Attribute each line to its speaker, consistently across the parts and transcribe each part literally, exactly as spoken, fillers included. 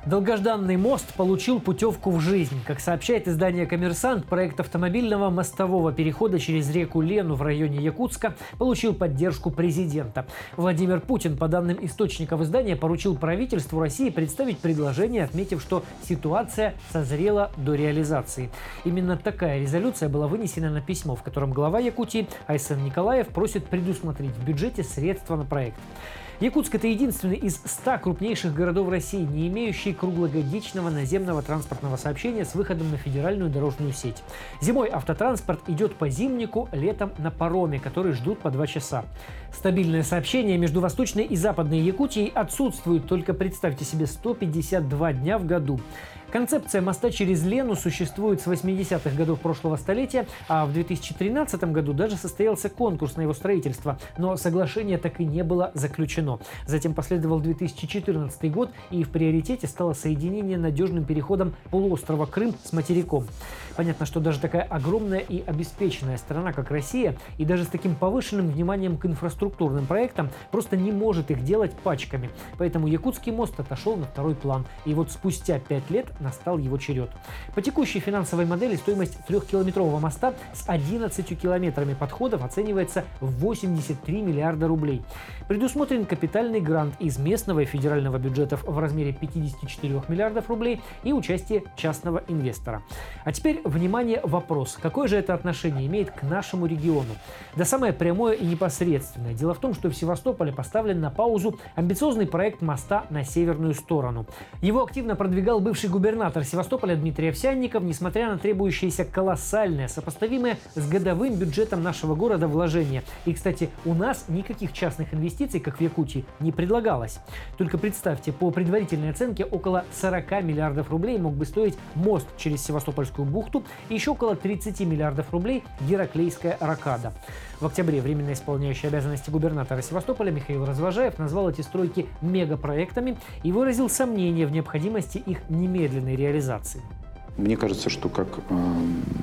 Speaker 1: Долгожданный мост получил путевку в жизнь. Как сообщает издание «Коммерсант», проект автомобильного мостового перехода через реку Лену в районе Якутска получил поддержку президента. Владимир Путин, по данным источников издания, поручил правительству России представить предложение, отметив, что ситуация созрела до реализации. Именно такая резолюция была вынесена на письмо, в котором глава Якутии Айсен Николаев просит предусмотреть в бюджете средства на проект. Якутск – это единственный из ста крупнейших городов России, не имеющий круглогодичного наземного транспортного сообщения с выходом на федеральную дорожную сеть. Зимой автотранспорт идет по зимнику, летом на пароме, который ждут по два часа. Стабильное сообщение между Восточной и Западной Якутией отсутствует, только представьте себе, сто пятьдесят два дня в году. Концепция моста через Лену существует с восьмидесятых годов прошлого столетия, а в две тысячи тринадцатом году даже состоялся конкурс на его строительство, но соглашение так и не было заключено. Затем последовал две тысячи четырнадцатый год, и в приоритете стало соединение надежным переходом полуострова Крым с материком. Понятно, что даже такая огромная и обеспеченная страна, как Россия, и даже с таким повышенным вниманием к инфраструктурным проектам просто не может их делать пачками. Поэтому якутский мост отошел на второй план. И вот спустя пять лет настал его черед. По текущей финансовой модели стоимость трехкилометрового моста с одиннадцатью километрами подходов оценивается в восемьдесят три миллиарда рублей. Предусмотрен капитальный грант из местного и федерального бюджетов в размере пятидесяти четырёх миллиардов рублей и участие частного инвестора. А теперь, внимание, вопрос. Какое же это отношение имеет к нашему региону? Да самое прямое и непосредственное. Дело в том, что в Севастополе поставлен на паузу амбициозный проект моста на северную сторону. Его активно продвигал бывший губернатор Губернатор Севастополя Дмитрий Овсянников, несмотря на требующиеся колоссальные, сопоставимые с годовым бюджетом нашего города вложения. И, кстати, у нас никаких частных инвестиций, как в Якутии, не предлагалось. Только представьте, по предварительной оценке около сорока миллиардов рублей мог бы стоить мост через Севастопольскую бухту и еще около тридцати миллиардов рублей Гераклейская рокада. В октябре временно исполняющий обязанности губернатора Севастополя Михаил Развожаев назвал эти стройки мегапроектами и выразил сомнение в необходимости их немедленной реализации.
Speaker 2: Мне кажется, что как э,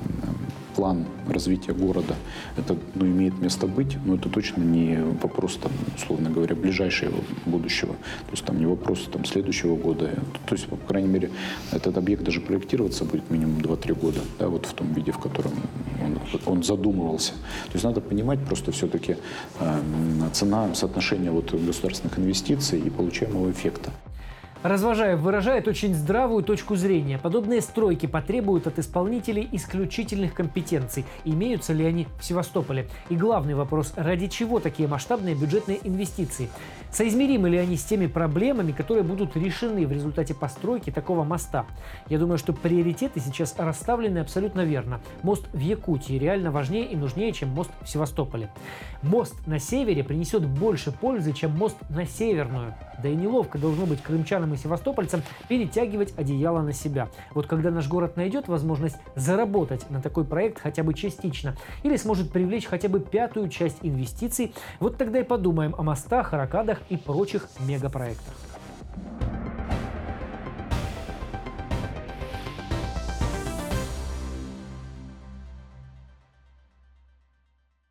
Speaker 2: план развития города это ну, имеет место быть, но это точно не вопрос, там, условно говоря, ближайшего будущего. То есть там не вопрос там, следующего года. То есть, по крайней мере, этот объект даже проектироваться будет минимум два-три года, да, вот в том виде, в котором он, он задумывался. То есть надо понимать просто все-таки э, цена, соотношение вот, государственных инвестиций и получаемого эффекта.
Speaker 1: Развожаев выражает очень здравую точку зрения. Подобные стройки потребуют от исполнителей исключительных компетенций. Имеются ли они в Севастополе? И главный вопрос – ради чего такие масштабные бюджетные инвестиции? Соизмеримы ли они с теми проблемами, которые будут решены в результате постройки такого моста? Я думаю, что приоритеты сейчас расставлены абсолютно верно. Мост в Якутии реально важнее и нужнее, чем мост в Севастополе. Мост на севере принесет больше пользы, чем мост на северную. Да и неловко должно быть крымчанам и севастопольцам перетягивать одеяло на себя. Вот когда наш город найдет возможность заработать на такой проект хотя бы частично или сможет привлечь хотя бы пятую часть инвестиций, вот тогда и подумаем о мостах, рокадах и прочих мегапроектах.